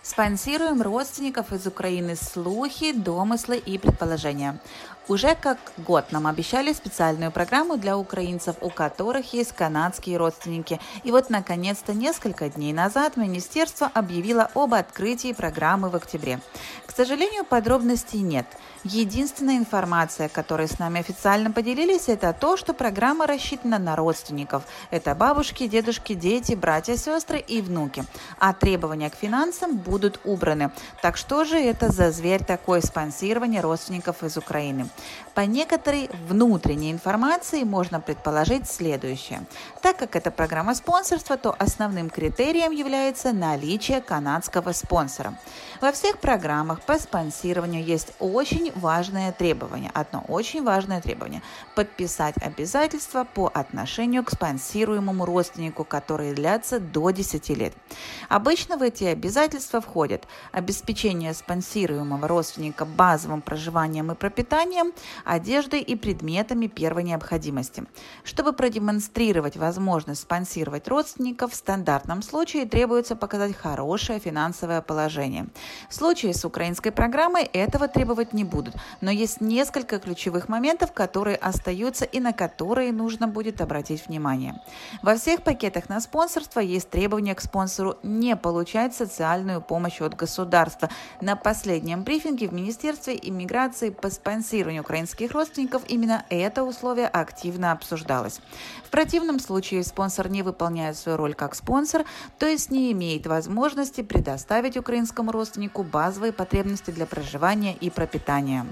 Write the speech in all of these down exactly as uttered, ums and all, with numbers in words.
Спонсируем родственников из Украины. Слухи, домыслы и предположения. Уже как год нам обещали специальную программу для украинцев, у которых есть канадские родственники. И вот, наконец-то, несколько дней назад министерство объявило об открытии программы в октябре. К сожалению, подробностей нет. Единственная информация, которой с нами официально поделились, это то, что программа рассчитана на родственников. Это бабушки, дедушки, дети, братья, сестры и внуки. А требования к финансам будут убраны. Так что же это за зверь такое спонсирование родственников из Украины? По некоторой внутренней информации можно предположить следующее. Так как это программа спонсорства, то основным критерием является наличие канадского спонсора. Во всех программах по спонсированию есть очень важное требование, одно очень важное требование – подписать обязательства по отношению к спонсируемому родственнику, которые длятся до десяти лет. Обычно в эти обязательства входят обеспечение спонсируемого родственника базовым проживанием и пропитанием, одеждой и предметами первой необходимости. Чтобы продемонстрировать возможность спонсировать родственников, в стандартном случае требуется показать хорошее финансовое положение. В случае с украинской программой этого требовать не будут, но есть несколько ключевых моментов, которые остаются и на которые нужно будет обратить внимание. Во всех пакетах на спонсорство есть требование к спонсору не получать социальную помощь от государства. На последнем брифинге в Министерстве иммиграции по спонсированию украинских родственников именно это условие активно обсуждалось. В противном случае спонсор не выполняет свою роль как спонсор, то есть не имеет возможности предоставить украинскому родственнику базовые потребности для проживания и пропитания.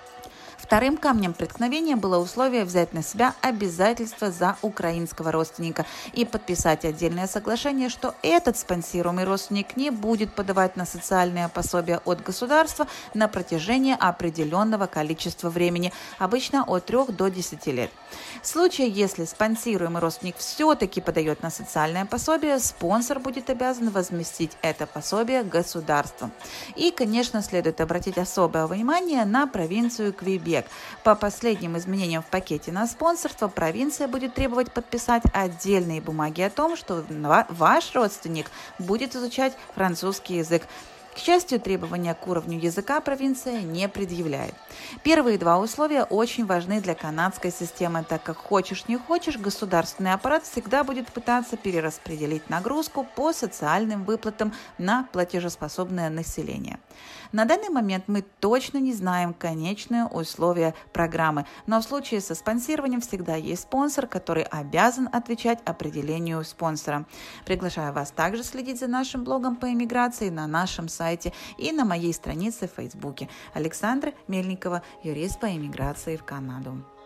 Вторым камнем преткновения было условие взять на себя обязательства за украинского родственника и подписать отдельное соглашение, что этот спонсируемый родственник не будет подавать на социальное пособие от государства на протяжении определенного количества времени, обычно от трёх до десяти лет. В случае, если спонсируемый родственник все-таки подает на социальное пособие, спонсор будет обязан возместить это пособие государству. И, конечно, следует обратить особое внимание на провинцию Квебек. По последним изменениям в пакете на спонсорство провинция будет требовать подписать отдельные бумаги о том, что ваш родственник будет изучать французский язык. К счастью, требования к уровню языка провинция не предъявляет. Первые два условия очень важны для канадской системы, так как хочешь не хочешь, государственный аппарат всегда будет пытаться перераспределить нагрузку по социальным выплатам на платежеспособное население. На данный момент мы точно не знаем конечные условия программы, но в случае со спонсированием всегда есть спонсор, который обязан отвечать определению спонсора. Приглашаю вас также следить за нашим блогом по иммиграции на нашем сайте и на моей странице в Фейсбуке. Александра Мельникова, юрист по иммиграции в Канаду.